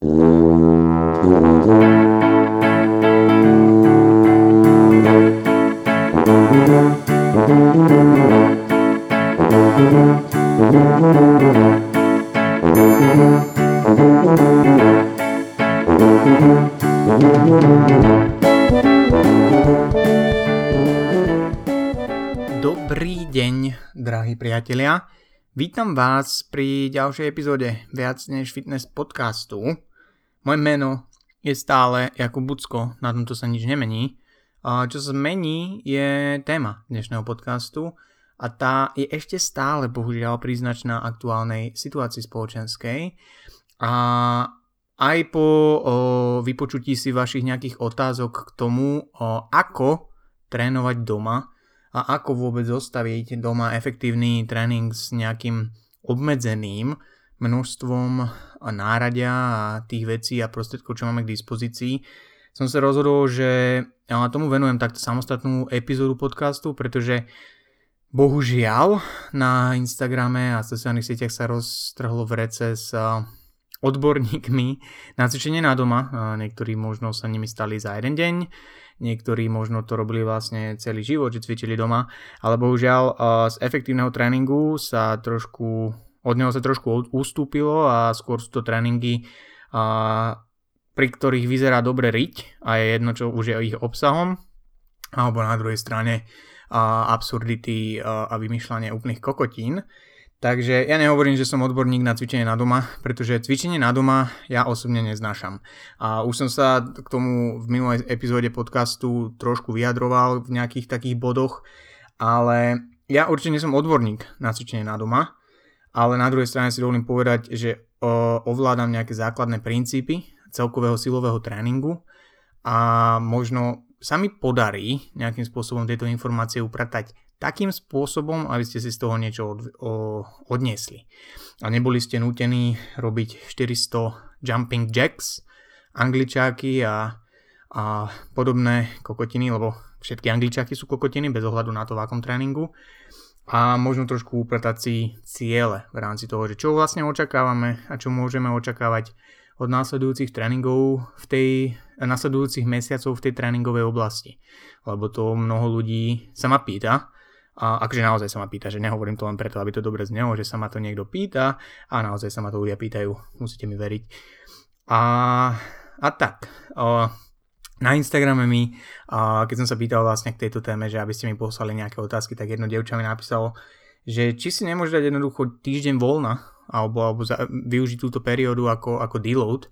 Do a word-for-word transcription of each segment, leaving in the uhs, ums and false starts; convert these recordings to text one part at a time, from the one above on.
Dobrý deň, drahí priatelia. Vítam vás pri ďalšej epizóde Viac než fitness podcastu. Moje meno je stále Jakub Bucko, na tomto sa nič nemení. Čo sa zmení je téma dnešného podcastu a tá je ešte stále bohužiaľ príznačná aktuálnej situácii spoločenskej. A aj po o, vypočutí si vašich nejakých otázok k tomu, o, ako trénovať doma a ako vôbec zostaviť doma efektívny tréning s nejakým obmedzeným množstvom náradia a tých vecí a prostriedkov, čo máme k dispozícii, som sa rozhodol, že tomu venujem takto samostatnú epizódu podcastu, pretože bohužiaľ na Instagrame a sociálnych sieťach sa roztrhlo vrece s odborníkmi na cvičenie na doma. Niektorí možno sa nimi stali za jeden deň, niektorí možno to robili vlastne celý život, že cvičili doma, ale bohužiaľ z efektívneho tréningu sa trošku, od neho sa trošku ustúpilo a skôr sú to tréningy, pri ktorých vyzerá dobre riť a je jedno, čo už je ich obsahom, alebo na druhej strane absurdity a vymýšľanie úplných kokotín. Takže ja nehovorím, že som odborník na cvičenie na doma, pretože cvičenie na doma ja osobne neznášam. A už som sa k tomu v minulej epizóde podcastu trošku vyjadroval v nejakých takých bodoch, ale ja určite nie som odborník na cvičenie na doma, ale na druhej strane si dovolím povedať, že ovládam nejaké základné princípy celkového silového tréningu a možno sa mi podarí nejakým spôsobom tieto informácie upratať takým spôsobom, aby ste si z toho niečo od, o, odniesli. A neboli ste nútení robiť štyristo jumping jacks, angličáky a, a podobné kokotiny, lebo všetky angličáky sú kokotiny bez ohľadu na to, v akom tréningu. A možno trošku upratať si ciele v rámci toho, že čo vlastne očakávame a čo môžeme očakávať od následujúcich tréningov v tej následujúcich mesiacov v tej tréningovej oblasti. Lebo to mnoho ľudí sa ma pýta. A akože naozaj sa ma pýta, že nehovorím to len preto, aby to dobre znelo, že sa ma to niekto pýta a naozaj sa ma to ľudia pýtajú, musíte mi veriť. A, a tak, o, na Instagrame mi, o, keď som sa pýtal vlastne k tejto téme, že aby ste mi poslali nejaké otázky, tak jedno dievča mi napísalo, že či si nemôže dať jednoducho týždeň voľna, alebo, alebo za, využiť túto periódu ako, ako deload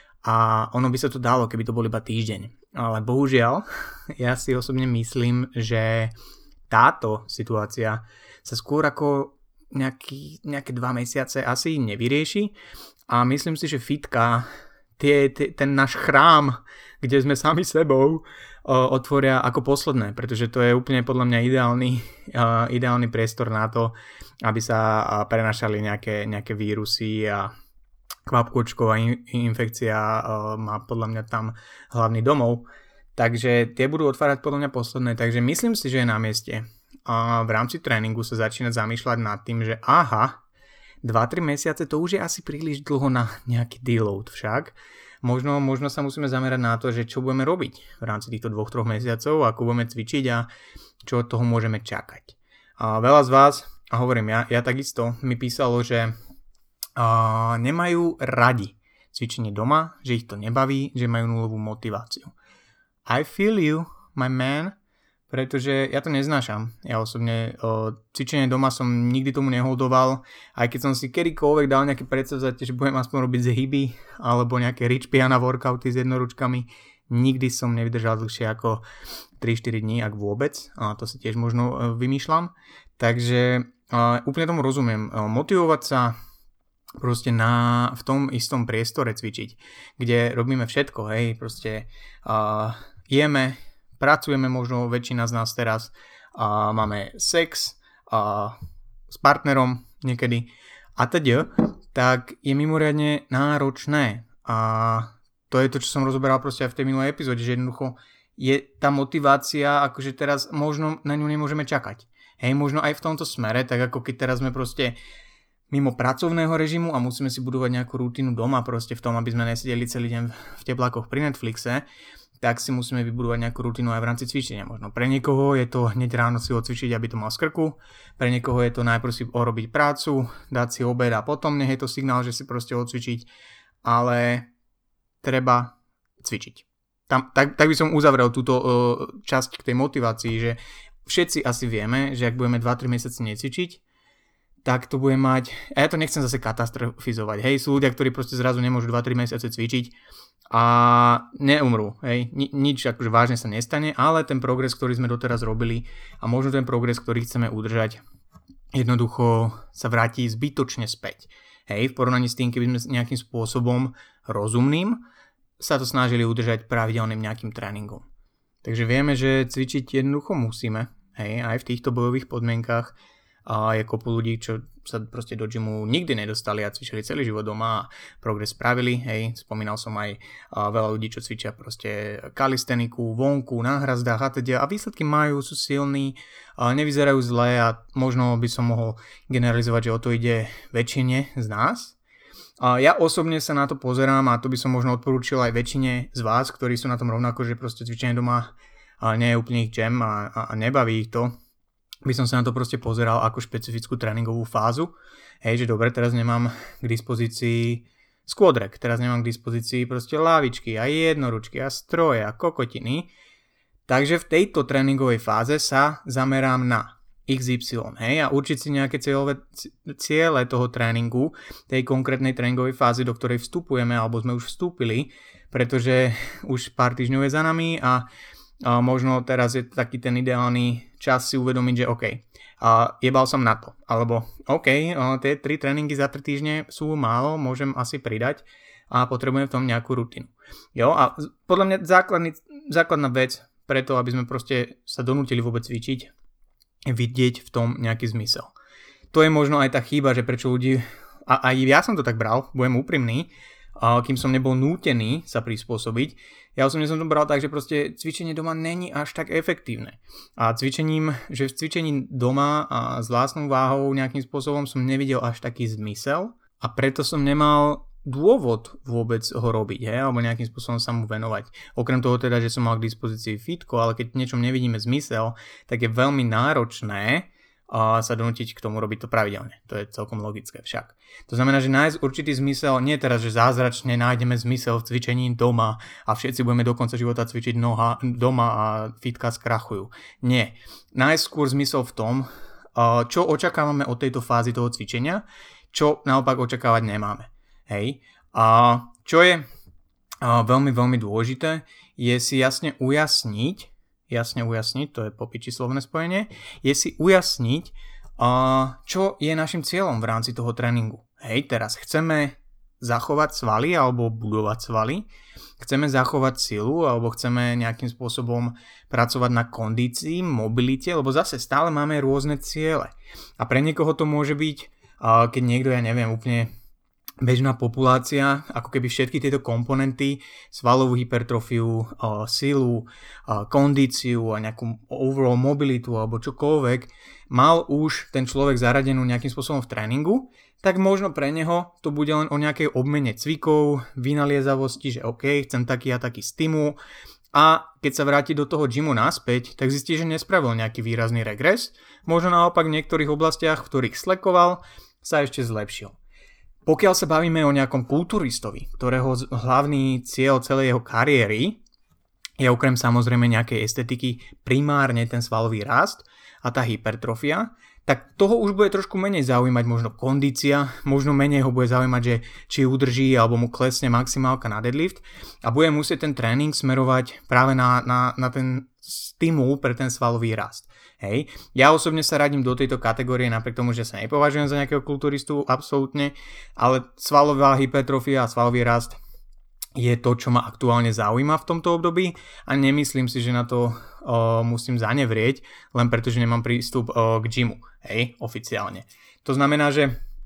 a ono by sa to dalo, keby to bol iba týždeň. Ale bohužiaľ, ja si osobne myslím, že táto situácia sa skôr ako nejaký, nejaké dva mesiace asi nevyrieši a myslím si, že fitka, tie, tie, ten náš chrám, kde sme sami sebou, o, otvoria ako posledné, pretože to je úplne podľa mňa ideálny, o, ideálny priestor na to, aby sa prenašali nejaké, nejaké vírusy a kvapkočková in, infekcia o, má podľa mňa tam hlavný domov. Takže tie budú otvárať podľa mňa posledné, takže myslím si, že je na mieste a v rámci tréningu sa začína zamýšľať nad tým, že aha, dva tri mesiace to už je asi príliš dlho na nejaký deload však. Možno, možno sa musíme zamerať na to, že čo budeme robiť v rámci týchto dvoch troch mesiacov, ako budeme cvičiť a čo od toho môžeme čakať. A veľa z vás, a hovorím ja, ja takisto mi písalo, že a, nemajú radi cvičenie doma, že ich to nebaví, že majú nulovú motiváciu. I feel you, my man, pretože ja to neznášam. Ja osobne o, cvičenie doma som nikdy tomu neholdoval, aj keď som si kedykoľvek dal nejaké predsavzatie, že budem aspoň robiť zhyby alebo nejaké rich piana workouty s jednoručkami, nikdy som nevydržal dlhšie ako tri štyri dní, ak vôbec. A to si tiež možno o, vymýšľam. Takže o, úplne tomu rozumiem. O, motivovať sa proste na, v tom istom priestore cvičiť, kde robíme všetko, hej, proste uh, jeme, pracujeme možno väčšina z nás teraz, uh, máme sex uh, s partnerom niekedy a teda, tak je mimoriadne náročné a to je to, čo som rozoberal proste aj v tej minulej epizóde, že jednoducho je tá motivácia, akože teraz možno na ňu nemôžeme čakať. Hej, možno aj v tomto smere, tak ako keď teraz sme proste mimo pracovného režimu a musíme si budovať nejakú rutinu doma proste v tom, aby sme nesedeli celý deň v teplákoch pri Netflixe, tak si musíme vybudovať nejakú rutinu aj v rámci cvičenia. Možno pre niekoho je to hneď ráno si odcvičiť, aby to mal z krku, pre niekoho je to najprv si urobiť prácu, dať si obed a potom nech je to signál, že si proste odcvičiť, ale treba cvičiť. Tam, tak, tak by som uzavrel túto uh, časť k tej motivácii, že všetci asi vieme, že ak budeme dva tri mesiace necvičiť, tak to bude mať, a ja to nechcem zase katastrofizovať, hej, sú ľudia, ktorí proste zrazu nemôžu dva tri mesiace cvičiť a neumrú, hej, Ni- nič akože vážne sa nestane, ale ten progres, ktorý sme doteraz robili a možno ten progres, ktorý chceme udržať, jednoducho sa vráti zbytočne späť, hej, v porovnaní s tým, keby sme nejakým spôsobom rozumným sa to snažili udržať pravidelným nejakým tréningom. Takže vieme, že cvičiť jednoducho musíme, hej, aj v týchto bojových podmienkach. A je kopu ľudí, čo sa proste do gymu nikdy nedostali a cvičili celý život doma a progres spravili, hej, spomínal som aj veľa ľudí, čo cvičia proste kalisteniku, vonku, na hrazdách a teda a výsledky majú, sú silní, nevyzerajú zle a možno by som mohol generalizovať, že o to ide väčšine z nás. A ja osobne sa na to pozerám a to by som možno odporúčil aj väčšine z vás, ktorí sú na tom rovnako, že proste cvičenie doma nie je úplne ich jam a, a, a nebaví ich to. By som sa na to proste pozeral ako špecifickú tréningovú fázu. Hej, že dobre, teraz nemám k dispozícii squat rack, teraz nemám k dispozícii proste lávičky a jednoručky a stroje a kokotiny. Takže v tejto tréningovej fáze sa zamerám na iks ypsilon, hej, a určiť si nejaké cieľové, ciele toho tréningu, tej konkrétnej tréningovej fázy, do ktorej vstupujeme, alebo sme už vstúpili, pretože už pár týždňov je za nami a A možno teraz je taký ten ideálny čas si uvedomiť, že OK, a jebal som na to, alebo OK, tie tri tréningy za tri týždne sú málo, môžem asi pridať a potrebujem v tom nejakú rutinu. Jo, a podľa mňa základný, základná vec preto, aby sme proste sa donútili vôbec cvičiť, je vidieť v tom nejaký zmysel. To je možno aj tá chyba, že prečo ľudí, a aj ja som to tak bral, budem úprimný, kým som nebol nútený sa prispôsobiť. Ja osobne som to bral tak, že proste cvičenie doma není až tak efektívne. A cvičením, že v cvičení doma a s vlastnou váhou nejakým spôsobom som nevidel až taký zmysel a preto som nemal dôvod vôbec ho robiť, he? Alebo nejakým spôsobom sa mu venovať. Okrem toho teda, že som mal k dispozícii fitko, ale keď niečom nevidíme zmysel, tak je veľmi náročné a sa donútiť k tomu robiť to pravidelne. To je celkom logické však. To znamená, že nájsť určitý zmysel, nie teraz, že zázračne nájdeme zmysel v cvičení doma a všetci budeme do konca života cvičiť noha, doma a fitka skrachujú. Nie. Nájsť skôr zmysel v tom, čo očakávame od tejto fázy toho cvičenia, čo naopak očakávať nemáme. Hej. A čo je veľmi, veľmi dôležité, je si jasne ujasniť, jasne ujasniť, to je po piči slovné spojenie, je si ujasniť, uh, čo je našim cieľom v rámci toho tréningu. Hej, teraz chceme zachovať svaly alebo budovať svaly, chceme zachovať silu alebo chceme nejakým spôsobom pracovať na kondícii, mobilite, lebo zase stále máme rôzne ciele. A pre niekoho to môže byť, uh, keď niekto, ja neviem, úplne bežná populácia, ako keby všetky tieto komponenty, svalovú hypertrofiu, silu, kondíciu a nejakú overall mobilitu alebo čokoľvek, mal už ten človek zaradenú nejakým spôsobom v tréningu, tak možno pre neho to bude len o nejakej obmene cvikov, vynaliezavosti, že OK, chcem taký a taký stimul a keď sa vráti do toho gymu naspäť, tak zistí, že nespravil nejaký výrazný regres, možno naopak v niektorých oblastiach, v ktorých slekoval, sa ešte zlepšil. Pokiaľ sa bavíme o nejakom kulturistovi, ktorého hlavný cieľ celej jeho kariéry je okrem samozrejme nejakej estetiky primárne ten svalový rast a tá hypertrofia, tak toho už bude trošku menej zaujímať možno kondícia, možno menej ho bude zaujímať, že či udrží alebo mu klesne maximálka na deadlift a bude musieť ten tréning smerovať práve na, na, na ten stimul pre ten svalový rast. Hej. Ja osobne sa radím do tejto kategórie napriek tomu, že sa nepovažujem za nejakého kulturistu, absolútne, ale svalová hypertrofia a svalový rast je to, čo ma aktuálne zaujíma v tomto období a nemyslím si, že na to o, musím zanevrieť, len preto, že nemám prístup o, k gymu, hej, oficiálne. To znamená, že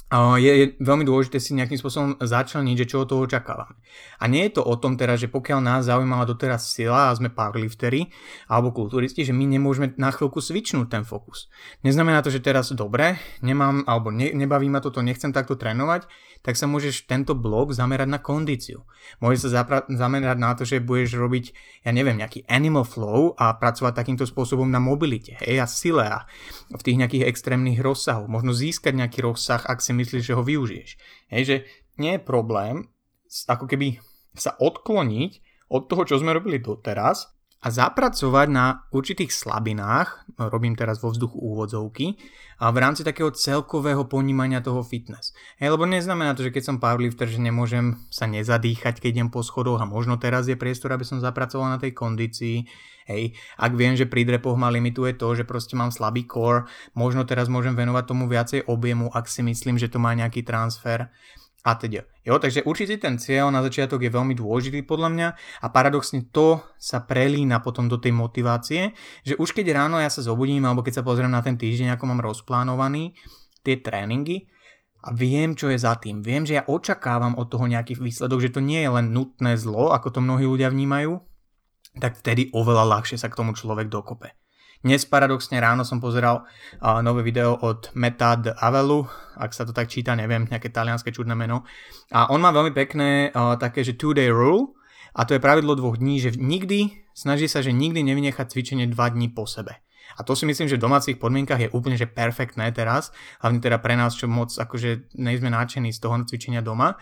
je, je veľmi dôležité si nejakým spôsobom začleniť, že čo od toho očakávame. A nie je to o tom teraz, že pokiaľ nás zaujímala doteraz sila a sme powerlifteri alebo kulturisti, že my nemôžeme na chvíľku switchnúť ten fokus. Neznamená to, že teraz dobre, nemám, alebo ne, nebaví ma toto, nechcem takto trénovať, tak sa môžeš tento blok zamerať na kondíciu. Môžeš sa zapra- zamerať na to, že budeš robiť, ja neviem, nejaký animal flow a pracovať takýmto spôsobom na mobilite, hej, a sile a v tých nejakých extrémnych rozsahoch. Možno získať nejaký rozsah, ak si myslíš, že ho využiješ. Hej, že nie je problém ako keby sa odkloniť od toho, čo sme robili doteraz a zapracovať na určitých slabinách, robím teraz vo vzduchu úvodzovky, a v rámci takého celkového ponímania toho fitness. Hej, lebo neznamená to, že keď som powerlifter, že nemôžem sa nezadýchať, keď idem po schodoch a možno teraz je priestor, aby som zapracoval na tej kondícii. Hej, ak viem, že pri drepoch ma limituje to, že proste mám slabý core, možno teraz môžem venovať tomu viacej objemu, ak si myslím, že to má nejaký transfer. A teda. Jo, takže určite ten cieľ na začiatok je veľmi dôležitý podľa mňa a paradoxne to sa prelína potom do tej motivácie, že už keď ráno ja sa zobudím alebo keď sa pozriem na ten týždeň, ako mám rozplánovaný tie tréningy a viem, čo je za tým. Viem, že ja očakávam od toho nejaký výsledok, že to nie je len nutné zlo, ako to mnohí ľudia vnímajú, tak vtedy oveľa ľahšie sa k tomu človek dokope. Dnes paradoxne ráno som pozeral uh, nové video od Meta d'Avelu, ak sa to tak číta, neviem, nejaké talianske čudné meno. A on má veľmi pekné uh, také, že two-day rule, a to je pravidlo dvoch dní, že nikdy, snaží sa, že nikdy nevynechať cvičenie dva dní po sebe. A to si myslím, že v domácich podmienkach je úplne že perfektné teraz, hlavne teda pre nás, čo moc akože nejsme nadšení z toho cvičenia doma,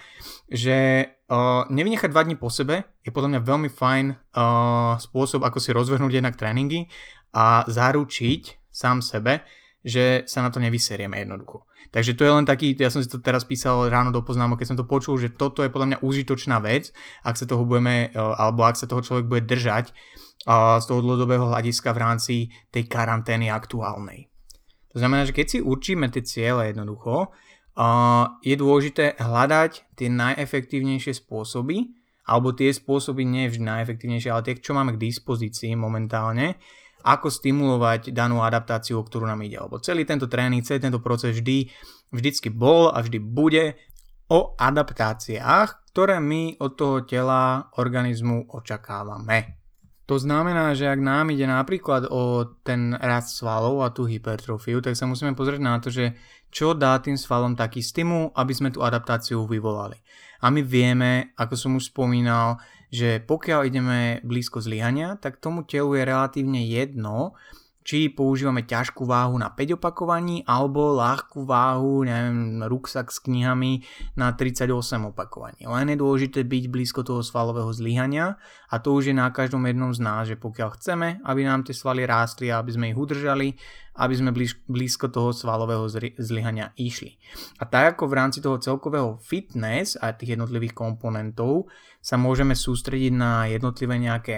že uh, nevynechať dva dní po sebe je podľa mňa veľmi fajn uh, spôsob, ako si rozvrhnúť jednak tréningy a zaručiť sám sebe, že sa na to nevyserieme jednoducho. Takže to je len taký, ja som si to teraz písal ráno do poznámok, keď som to počul, že toto je podľa mňa užitočná vec, ak sa toho budeme, alebo ak sa toho človek bude držať z toho dlhodobého hľadiska v rámci tej karantény aktuálnej. To znamená, že keď si určíme tie ciele jednoducho, je dôležité hľadať tie najefektívnejšie spôsoby, alebo tie spôsoby nie vždy najefektívnejšie, ale tie, čo máme k dispozícii momentálne, ako stimulovať danú adaptáciu, o ktorú nám ide. Lebo celý tento tréning, celý tento proces vždy, vždycky bol a vždy bude o adaptáciách, ktoré my od toho tela, organizmu očakávame. To znamená, že ak nám ide napríklad o ten rast svalov a tú hypertrofiu, tak sa musíme pozrieť na to, že čo dá tým svalom taký stimul, aby sme tú adaptáciu vyvolali. A my vieme, ako som už spomínal, že pokiaľ ideme blízko zlyhania, tak tomu telu je relatívne jedno, či používame ťažkú váhu na päť opakovaní alebo ľahkú váhu, neviem, ruksak s knihami na tridsaťosem opakovaní. Len je dôležité byť blízko toho svalového zlyhania a to už je na každom jednom z nás, že pokiaľ chceme, aby nám tie svaly rástli a aby sme ich udržali, aby sme blízko toho svalového zlyhania išli. A tak ako v rámci toho celkového fitness a tých jednotlivých komponentov sa môžeme sústrediť na jednotlivé nejaké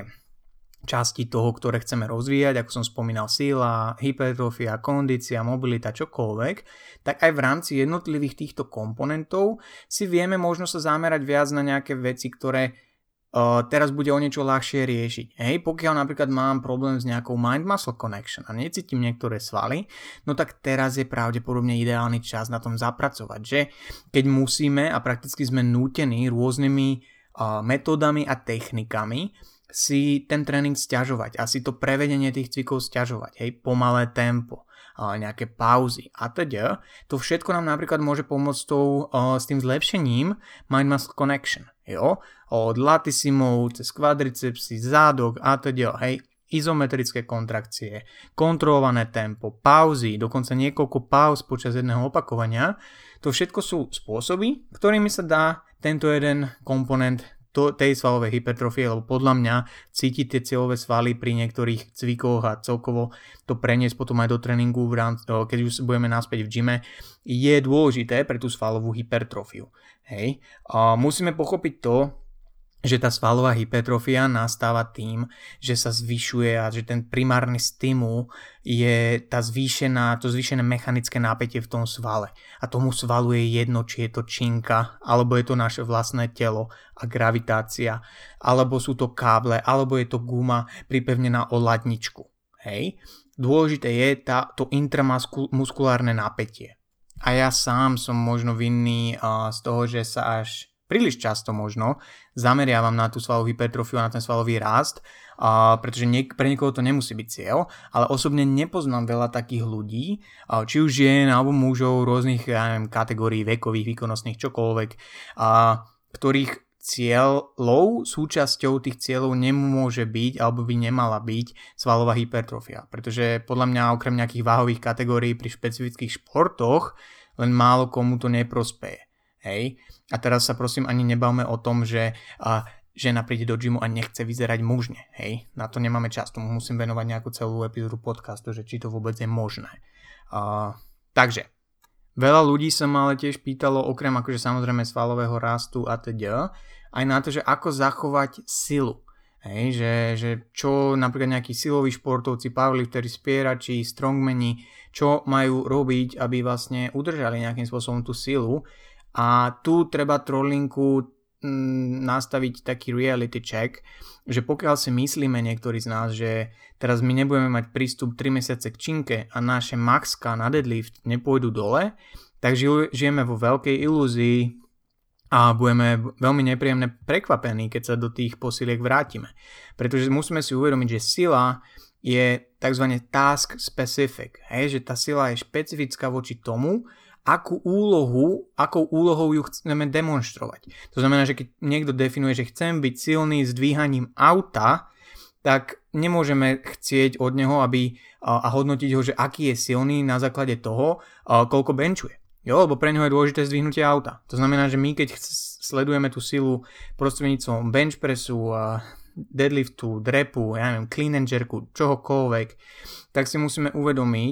časti toho, ktoré chceme rozvíjať, ako som spomínal, sila, hypertrofia, kondícia, mobilita, čokoľvek, tak aj v rámci jednotlivých týchto komponentov si vieme možno sa zamerať viac na nejaké veci, ktoré uh, teraz bude o niečo ľahšie riešiť. Hej, pokiaľ napríklad mám problém s nejakou mind-muscle connection a necítim niektoré svaly, no tak teraz je pravdepodobne ideálny čas na tom zapracovať, že keď musíme a prakticky sme nútení rôznymi uh, metódami a technikami si ten tréning sťažovať a si to prevedenie tých cvikov sťažovať, hej, pomalé tempo, nejaké pauzy a teda. To všetko nám napríklad môže pomôcť tou, s tým zlepšením mind-muscle connection, jo, od latisimov cez kvadricepsy, zádok a teda, hej, izometrické kontrakcie, kontrolované tempo, pauzy, dokonca niekoľko pauz počas jedného opakovania. To všetko sú spôsoby, ktorými sa dá tento jeden komponent tej svalovej hypertrofie, lebo podľa mňa cítiť tie cieľové svaly pri niektorých cvikoch a celkovo to preniesť potom aj do tréningu, v rámci, keď už budeme naspäť v gyme, je dôležité pre tú svalovú hypertrofiu. Hej. A musíme pochopiť to, že tá svalová hypertrofia nastáva tým, že sa zvyšuje a že ten primárny stimul je tá zvýšená, to zvýšené mechanické napätie v tom svale. A tomu svalu je jedno, či je to činka, alebo je to naše vlastné telo a gravitácia, alebo sú to káble, alebo je to guma pripevnená o ladničku. Hej? Dôležité je tá, to intramuskulárne napätie. a ja sám som možno vinný uh, z toho, že sa až príliš často možno zameriavam na tú svalovú hypertrofiu a na ten svalový rast, uh, pretože niek- pre niekoho to nemusí byť cieľ, ale osobne nepoznám veľa takých ľudí, uh, či už žien alebo mužov rôznych ja neviem, kategórií vekových, výkonnostných, čokoľvek, uh, ktorých cieľov, súčasťou tých cieľov nemôže byť alebo by nemala byť svalová hypertrofia, pretože podľa mňa okrem nejakých váhových kategórií pri špecifických športoch len málo komu to neprospeje. Hej? A teraz sa prosím ani nebavme o tom, že a, žena príde do gymu a nechce vyzerať mužne. Hej? Na to nemáme čas, tomu musím venovať nejakú celú epizódu podcastu, že či to vôbec je možné. A, takže veľa ľudí sa ma ale tiež pýtalo, okrem akože samozrejme svalového rastu a teda, aj na to, že ako zachovať silu. Hej, že, že čo napríklad nejakí siloví športovci, powerlifteri, spierači, strongmeni, čo majú robiť, aby vlastne udržali nejakým spôsobom tú silu. A tu treba trolinku m, nastaviť taký reality check, že pokiaľ si myslíme niektorí z nás, že teraz my nebudeme mať prístup tri mesiace k činke a naše maxka na deadlift nepôjdu dole, tak žijeme vo veľkej ilúzii a budeme veľmi nepríjemne prekvapení, keď sa do tých posiliek vrátime. Pretože musíme si uvedomiť, že sila je tzv. Task specific, hej? Že tá sila je špecifická voči tomu, akú úlohu, akou úlohou ju chceme demonštrovať. To znamená, že keď niekto definuje, že chcem byť silný s dvíhaním auta, tak nemôžeme chcieť od neho, aby a hodnotiť ho, že aký je silný na základe toho, koľko benchuje. Jo, lebo pre neho je dôležité zdvihnutie auta. To znamená, že my keď sledujeme tú silu prostredníctvom bench pressu, deadliftu, drepu, ja neviem, clean and jerku, čohokoľvek, tak si musíme uvedomiť,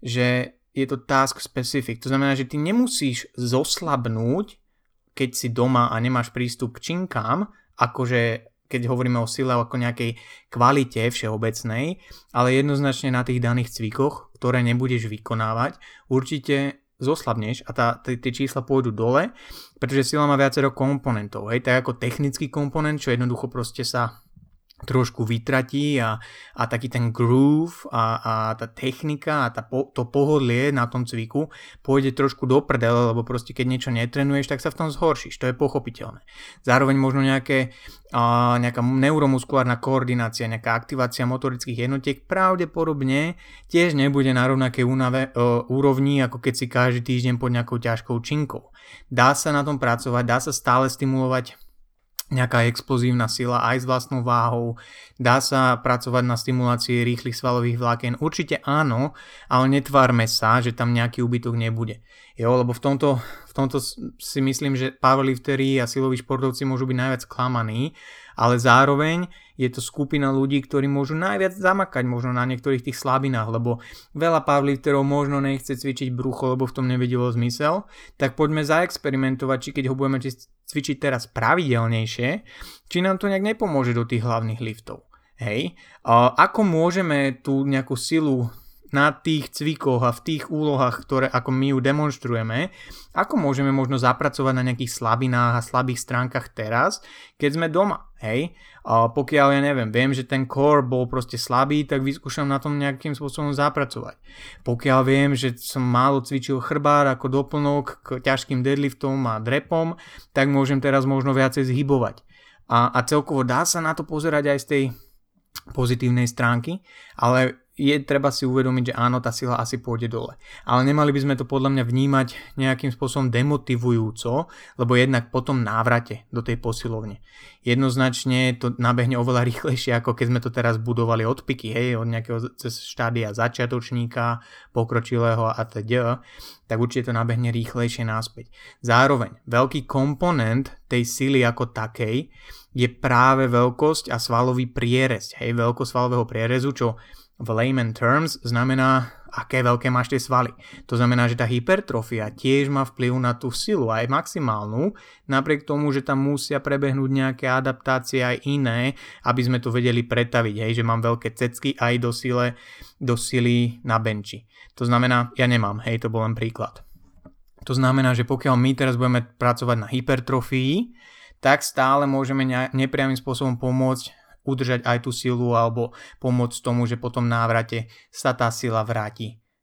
že je to task specific. To znamená, že ty nemusíš zoslabnúť, keď si doma a nemáš prístup k činkám, akože keď hovoríme o sile ako nejakej kvalite všeobecnej, ale jednoznačne na tých daných cvikoch, ktoré nebudeš vykonávať, určite zoslabneš a tá, tie čísla pôjdu dole, pretože sila má viacero komponentov. Hej? Tak ako technický komponent, čo jednoducho proste sa trošku vytratí a, a taký ten groove a, a tá technika a tá, to pohodlie na tom cviku pôjde trošku do prdele, lebo proste keď niečo netrenuješ, tak sa v tom zhoršíš, to je pochopiteľné. Zároveň možno nejaké, a, nejaká neuromuskulárna koordinácia, nejaká aktivácia motorických jednotiek pravdepodobne tiež nebude na rovnakej únave, uh, úrovni, ako keď si každý týždeň pod nejakou ťažkou činkou. Dá sa na tom pracovať, dá sa stále stimulovať nejaká explozívna sila aj s vlastnou váhou, dá sa pracovať na stimulácii rýchlych svalových vlákien, určite áno, ale netvárme sa, že tam nejaký úbytok nebude. Jo, lebo v tomto, v tomto si myslím, že powerlifteri a siloví športovci môžu byť najviac klamaní, ale zároveň je to skupina ľudí, ktorí môžu najviac zamakať možno na niektorých tých slabinách, lebo veľa powerlifterov možno nechce cvičiť brucho, lebo v tom nevidelo zmysel, tak poďme zaexperimentovať, či keď ho budeme cvičiť teraz pravidelnejšie, či nám to nejak nepomôže do tých hlavných liftov. Hej? A ako môžeme tú nejakú silu na tých cvikoch a v tých úlohách, ktoré ako my ju demonstrujeme, ako môžeme možno zapracovať na nejakých slabinách a slabých stránkach teraz, keď sme doma, hej? A pokiaľ ja neviem, viem, že ten core bol proste slabý, tak vyskúšam na tom nejakým spôsobom zapracovať. Pokiaľ viem, že som málo cvičil chrbár ako doplnok k ťažkým deadliftom a drepom, tak môžem teraz možno viacej zhybovať. A, a celkovo dá sa na to pozerať aj z tej pozitívnej stránky, ale je treba si uvedomiť, že áno, tá sila asi pôjde dole. Ale nemali by sme to podľa mňa vnímať nejakým spôsobom demotivujúco, lebo jednak po tom návrate do tej posilovne. Jednoznačne to nabehne oveľa rýchlejšie, ako keď sme to teraz budovali od piky, hej, od nejakého cez štádia začiatočníka, pokročilého a teda, tak určite to nabehne rýchlejšie naspäť. Zároveň, veľký komponent tej sily ako takej je práve veľkosť a svalový prierez, hej, veľkosť svalového prierezu, čo v layman terms znamená, aké veľké máš tie svaly. To znamená, že tá hypertrofia tiež má vplyv na tú silu, aj maximálnu, napriek tomu, že tam musia prebehnúť nejaké adaptácie aj iné, aby sme to vedeli pretaviť, hej, že mám veľké cecky aj do sile, do sily na benči. To znamená, ja nemám, hej, to bol len príklad. To znamená, že pokiaľ my teraz budeme pracovať na hypertrofii, tak stále môžeme nepriamým spôsobom pomôcť udržať aj tú silu alebo pomôcť tomu, že po tom návrate sa tá sila vráti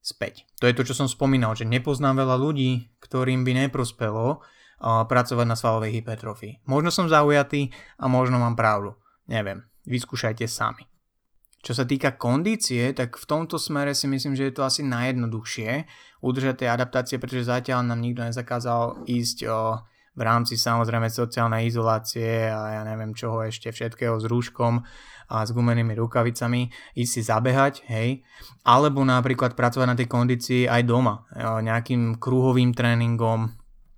späť. To je to, čo som spomínal, že nepoznám veľa ľudí, ktorým by neprospelo uh, pracovať na svalovej hypertrofii. Možno som zaujatý a možno mám pravdu. Neviem, vyskúšajte sami. Čo sa týka kondície, tak v tomto smere si myslím, že je to asi najjednoduchšie udržať tie adaptácie, pretože zatiaľ nám nikto nezakázal ísť o, v rámci samozrejme sociálnej izolácie a ja neviem čoho ešte všetkého s rúškom a s gumenými rukavicami, ísť si zabehať, hej, alebo napríklad pracovať na tej kondícii aj doma, o, nejakým kruhovým tréningom,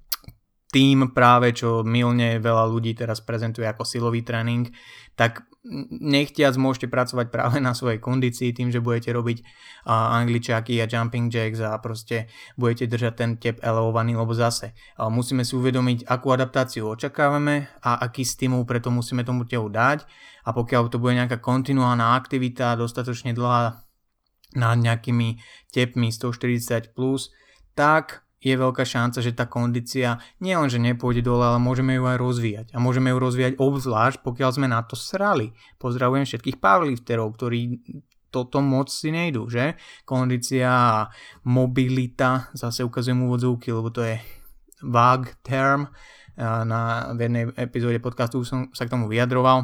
tým práve, čo milne veľa ľudí teraz prezentuje ako silový tréning, tak nechtiac môžete pracovať práve na svojej kondícii tým, že budete robiť uh, angličáky a jumping jacks a proste budete držať ten tep elevovaný, lebo zase uh, musíme si uvedomiť, akú adaptáciu očakávame a aký stimul preto musíme tomu telu dať a pokiaľ to bude nejaká kontinuálna aktivita dostatočne dlhá nad nejakými tepmi stoštyridsať plus, tak je veľká šanca, že tá kondícia nielenže nepôjde dole, ale môžeme ju aj rozvíjať. A môžeme ju rozvíjať obzvlášť, pokiaľ sme na to srali. Pozdravujem všetkých powerlifterov, ktorí toto moc si nejdú, že? Kondícia a mobilita, zase ukazujem úvodzovky, lebo to je vague term. Na v jednej epizóde podcastu som sa k tomu vyjadroval.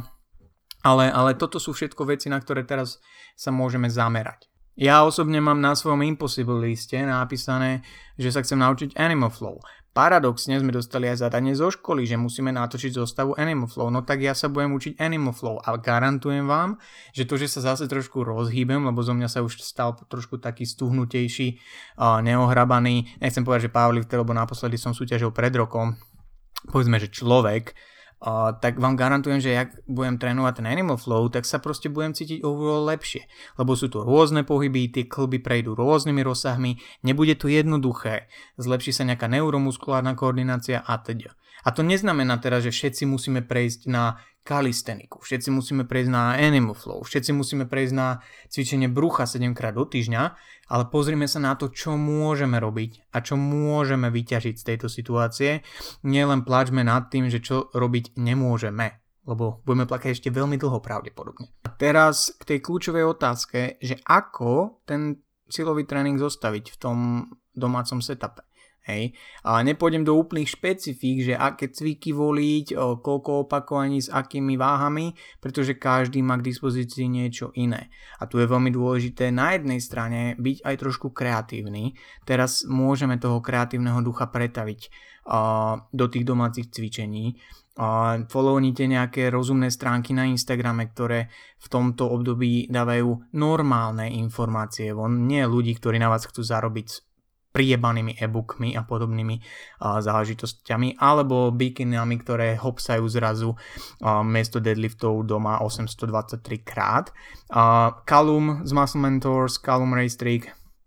Ale, ale toto sú všetko veci, na ktoré teraz sa môžeme zamerať. Ja osobne mám na svojom Impossible liste napísané, že sa chcem naučiť Animal Flow. Paradoxne sme dostali aj zadanie zo školy, že musíme natočiť zostavu Animal Flow. No tak ja sa budem učiť Animal Flow a garantujem vám, že to, že sa zase trošku rozhýbem, lebo zo mňa sa už stal trošku taký stuhnutejší, neohrabaný, nechcem povedať, že powerlifter, lebo naposledy som súťažil pred rokom, povedzme, že človek, Uh, tak vám garantujem, že ak budem trénovať ten Animal Flow, tak sa proste budem cítiť overall lepšie. Lebo sú tu rôzne pohyby, tie klby prejdú rôznymi rozsahmi, nebude to jednoduché, zlepší sa nejaká neuromuskulárna koordinácia a teda. A to neznamená teraz, že všetci musíme prejsť na kalisteniku, všetci musíme prejsť na Animal Flow, všetci musíme prejsť na cvičenie brucha sedem krát do týždňa, ale pozrime sa na to, čo môžeme robiť a čo môžeme vyťažiť z tejto situácie. Nielen pláčme nad tým, že čo robiť nemôžeme, lebo budeme plakať ešte veľmi dlho pravdepodobne. A teraz k tej kľúčovej otázke, že ako ten silový tréning zostaviť v tom domácom setupe. Hej. A nepôjdem do úplných špecifík, že aké cviky voliť, o, koľko opakovaní s akými váhami, pretože každý má k dispozícii niečo iné. A tu je veľmi dôležité na jednej strane byť aj trošku kreatívny. Teraz môžeme toho kreatívneho ducha pretaviť o, do tých domácich cvičení. Uh, follownite nejaké rozumné stránky na Instagrame, ktoré v tomto období dávajú normálne informácie. Von nie ľudí, ktorí na vás chcú zarobiť priebanými e-bookmi a podobnými uh, záležitosťami, alebo bikinami, ktoré hopsajú zrazu uh, miesto deadliftov doma osemstodvadsaťtri krát. Uh, Callum z Muscle Mentors, Callum Raystrick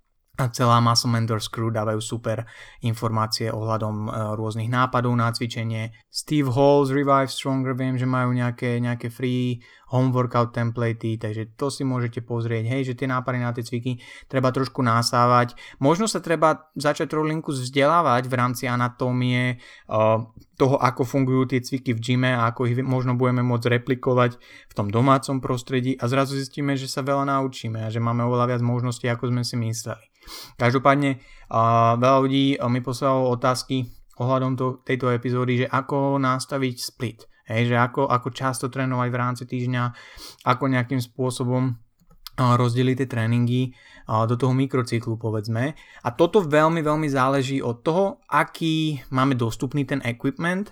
a celá Muscle Mentors crew dávajú super informácie ohľadom uh, rôznych nápadov na cvičenie. Steve Hall z Revive Stronger, viem, že majú nejaké, nejaké free home workout templatey, takže to si môžete pozrieť. Hej, že tie nápady na tie cviky treba trošku násávať. Možno sa treba začať trolinku vzdelávať v rámci anatómie uh, toho, ako fungujú tie cviky v gyme a ako ich možno budeme môcť replikovať v tom domácom prostredí a zrazu zistíme, že sa veľa naučíme a že máme oveľa viac možností, ako sme si mysleli. Každopádne uh, veľa ľudí uh, mi poslalo otázky ohľadom to, tejto epizódy, že ako nastaviť split, hej, že ako, ako často trénovať v rámci týždňa, ako nejakým spôsobom uh, rozdeliť tie tréningy uh, do toho mikrocyklu, povedzme. A toto veľmi, veľmi záleží od toho, aký máme dostupný ten equipment,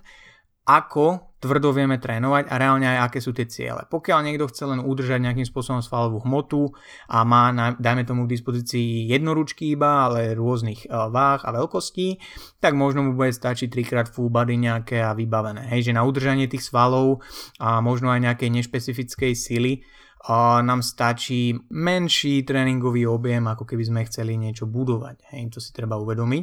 ako tvrdo vieme trénovať a reálne aj aké sú tie ciele. Pokiaľ niekto chce len udržať nejakým spôsobom svalovú hmotu a má, dajme tomu k dispozícii jednoručky iba, ale rôznych váh a veľkostí, tak možno mu bude stačiť trikrát full body nejaké a vybavené. Hej, že na udržanie tých svalov a možno aj nejakej nešpecifickej sily a nám stačí menší tréningový objem, ako keby sme chceli niečo budovať. Hej, to si treba uvedomiť.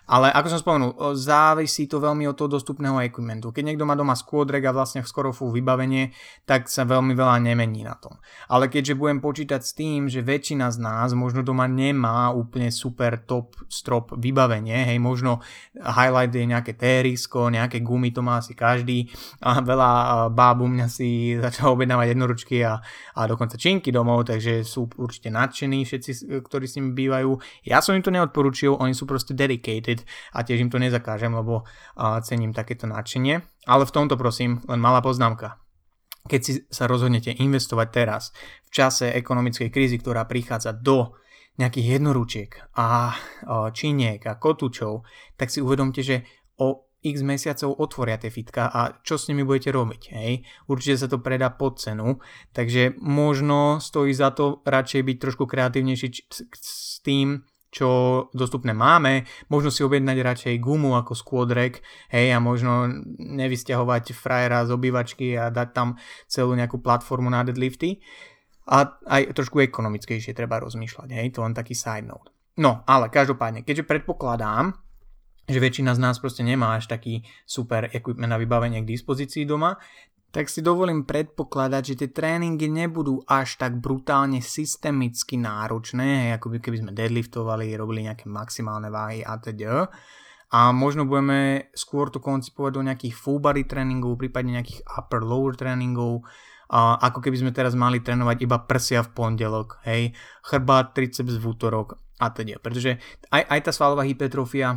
Ale ako som spomenul, závisí to veľmi od toho dostupného equipmentu. Keď niekto má doma squat rack a vlastne skoro full vybavenie, tak sa veľmi veľa nemení na tom. Ale keďže budem počítať s tým, že väčšina z nás možno doma nemá úplne super top strop vybavenie, hej, možno highlight je nejaké té er isko, nejaké gumy, to má asi každý, a veľa báb u mňa si začal objednávať jednoručky a, a dokonca činky domov, takže sú určite nadšení všetci, ktorí s nimi bývajú. Ja som im to neodporúčil, oni sú proste dedicated a tiež im to nezakážem, lebo uh, cením takéto nadšenie. Ale v tomto prosím, len malá poznámka. Keď si sa rozhodnete investovať teraz v čase ekonomickej krízy, ktorá prichádza do nejakých jednoručiek a uh, činiek a kotúčov, tak si uvedomte, že o x mesiacov otvoria tie fitka a čo s nimi budete robiť, hej? Určite sa to predá pod cenu, takže možno stojí za to radšej byť trošku kreatívnejší s tým, čo dostupné máme, možno si objednať radšej gumu ako squat rack, hej, a možno nevysťahovať frajera z obývačky a dať tam celú nejakú platformu na deadlifty. A aj trošku ekonomickejšie treba rozmýšľať, hej, to len taký side note. No, ale každopádne, keďže predpokladám, že väčšina z nás proste nemá až taký super equipment na vybavenie k dispozícii doma, tak si dovolím predpokladať, že tie tréningy nebudú až tak brutálne systemicky náročné, ako by keby sme deadliftovali, robili nejaké maximálne váhy a teda. A možno budeme skôr to koncipovať do nejakých full body tréningov, prípadne nejakých upper lower tréningov, a ako keby sme teraz mali trénovať iba prsia v pondelok, hej, chrbát, triceps v útorok a teda. Pretože aj, aj tá svalová hypertrofia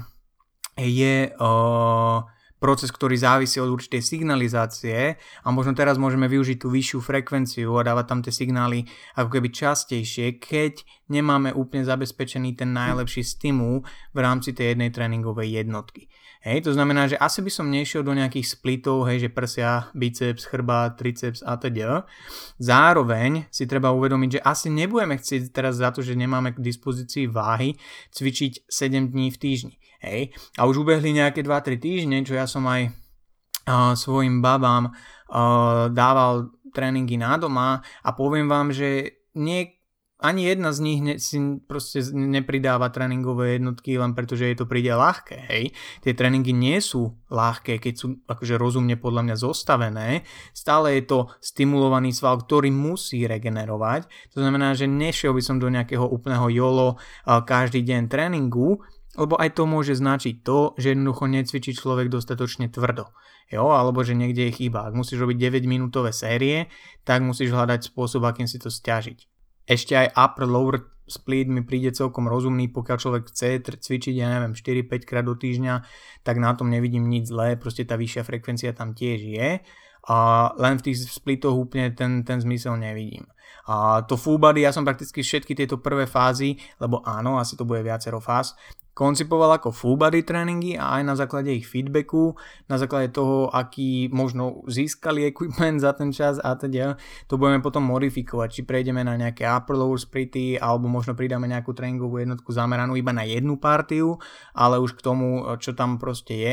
je uh, proces, ktorý závisí od určitej signalizácie a možno teraz môžeme využiť tú vyššiu frekvenciu a dávať tam tie signály ako keby častejšie, keď nemáme úplne zabezpečený ten najlepší stimul v rámci tej jednej tréningovej jednotky. Hej, to znamená, že asi by som nešiel do nejakých splitov, hej, že prsia, biceps, chrbát, triceps a teda. Zároveň si treba uvedomiť, že asi nebudeme chcieť teraz za to, že nemáme k dispozícii váhy, cvičiť sedem dní v týždni. Hej. A už ubehli nejaké dva tri týždne, čo ja som aj uh, svojim babám uh, dával tréningy na doma a poviem vám, že nie ani jedna z nich ne, si proste nepridáva tréningové jednotky len preto, že je to príde ľahké, hej. Tie tréningy nie sú ľahké, keď sú akože rozumne podľa mňa zostavené. Stále je to stimulovaný sval, ktorý musí regenerovať. To znamená, že nešiel by som do nejakého úplného jolo každý deň tréningu, lebo aj to môže značiť to, že jednoducho necvičí človek dostatočne tvrdo. Jo, alebo že niekde je chyba. Ak musíš robiť deväťminútové série, tak musíš hľadať spôsob, akým si to sťažiť. Ešte aj upper lower split mi príde celkom rozumný, pokiaľ človek chce cvičiť, ja neviem, štyri päť krát do týždňa, tak na tom nevidím nič zlé, proste tá vyššia frekvencia tam tiež je. A len v tých splitoch úplne ten, ten zmysel nevidím. A to full body, ja som prakticky všetky tieto prvé fázy, lebo áno, asi to bude viacero fáz, koncipoval ako full body tréningy a aj na základe ich feedbacku, na základe toho, aký možno získali equipment za ten čas a teda, to budeme potom modifikovať, či prejdeme na nejaké upper lower splity, alebo možno pridáme nejakú tréningovú jednotku zameranú iba na jednu partiu, ale už k tomu, čo tam proste je,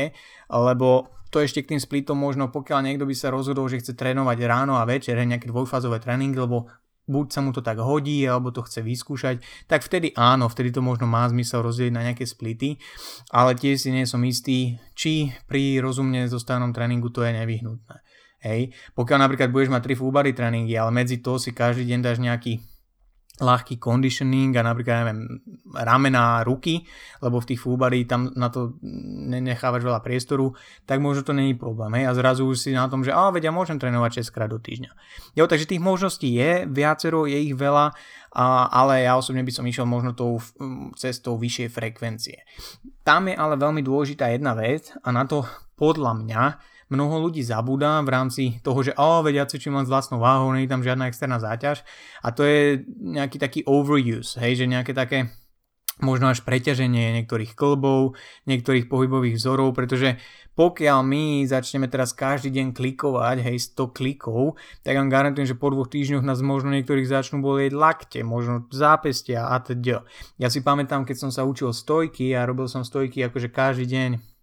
lebo to ešte k tým splitom možno, pokiaľ niekto by sa rozhodol, že chce trénovať ráno a večer, nejaké dvojfázové tréningy, lebo buď sa mu to tak hodí, alebo to chce vyskúšať, tak vtedy áno, vtedy to možno má zmysel rozdeliť na nejaké splity, ale tiež si nie som istý, či pri rozumne zostavenom tréningu to je nevyhnutné. Hej. Pokiaľ napríklad budeš mať tri full body tréningy, ale medzi to si každý deň dáš nejaký ľahký conditioning a napríklad, neviem, ramena, ruky, lebo v tých full body tam na to nenechávaš veľa priestoru, tak možno to není problém, hej, a zrazu už si na tom, že á, veď ja môžem trénovať šesť krát do týždňa. Jo, takže tých možností je viacero, je ich veľa, a, ale ja osobne by som išiel možno tou cestou vyššej frekvencie. Tam je ale veľmi dôležitá jedna vec a na to podľa mňa mnoho ľudí zabúda v rámci toho, že oh, veď ja cvičím len s vlastnou váhou, nie je tam žiadna externá záťaž a to je nejaký taký overuse, hej, že nejaké také možno až preťaženie niektorých klbov, niektorých pohybových vzorov, pretože pokiaľ my začneme teraz každý deň klikovať, hej, sto klikov, tak vám garantujem, že po dvoch týždňoch nás možno niektorých začnú bolieť lakte, možno zápestia a teda. Ja si pamätám, keď som sa učil stojky a robil som stojky akože každý deň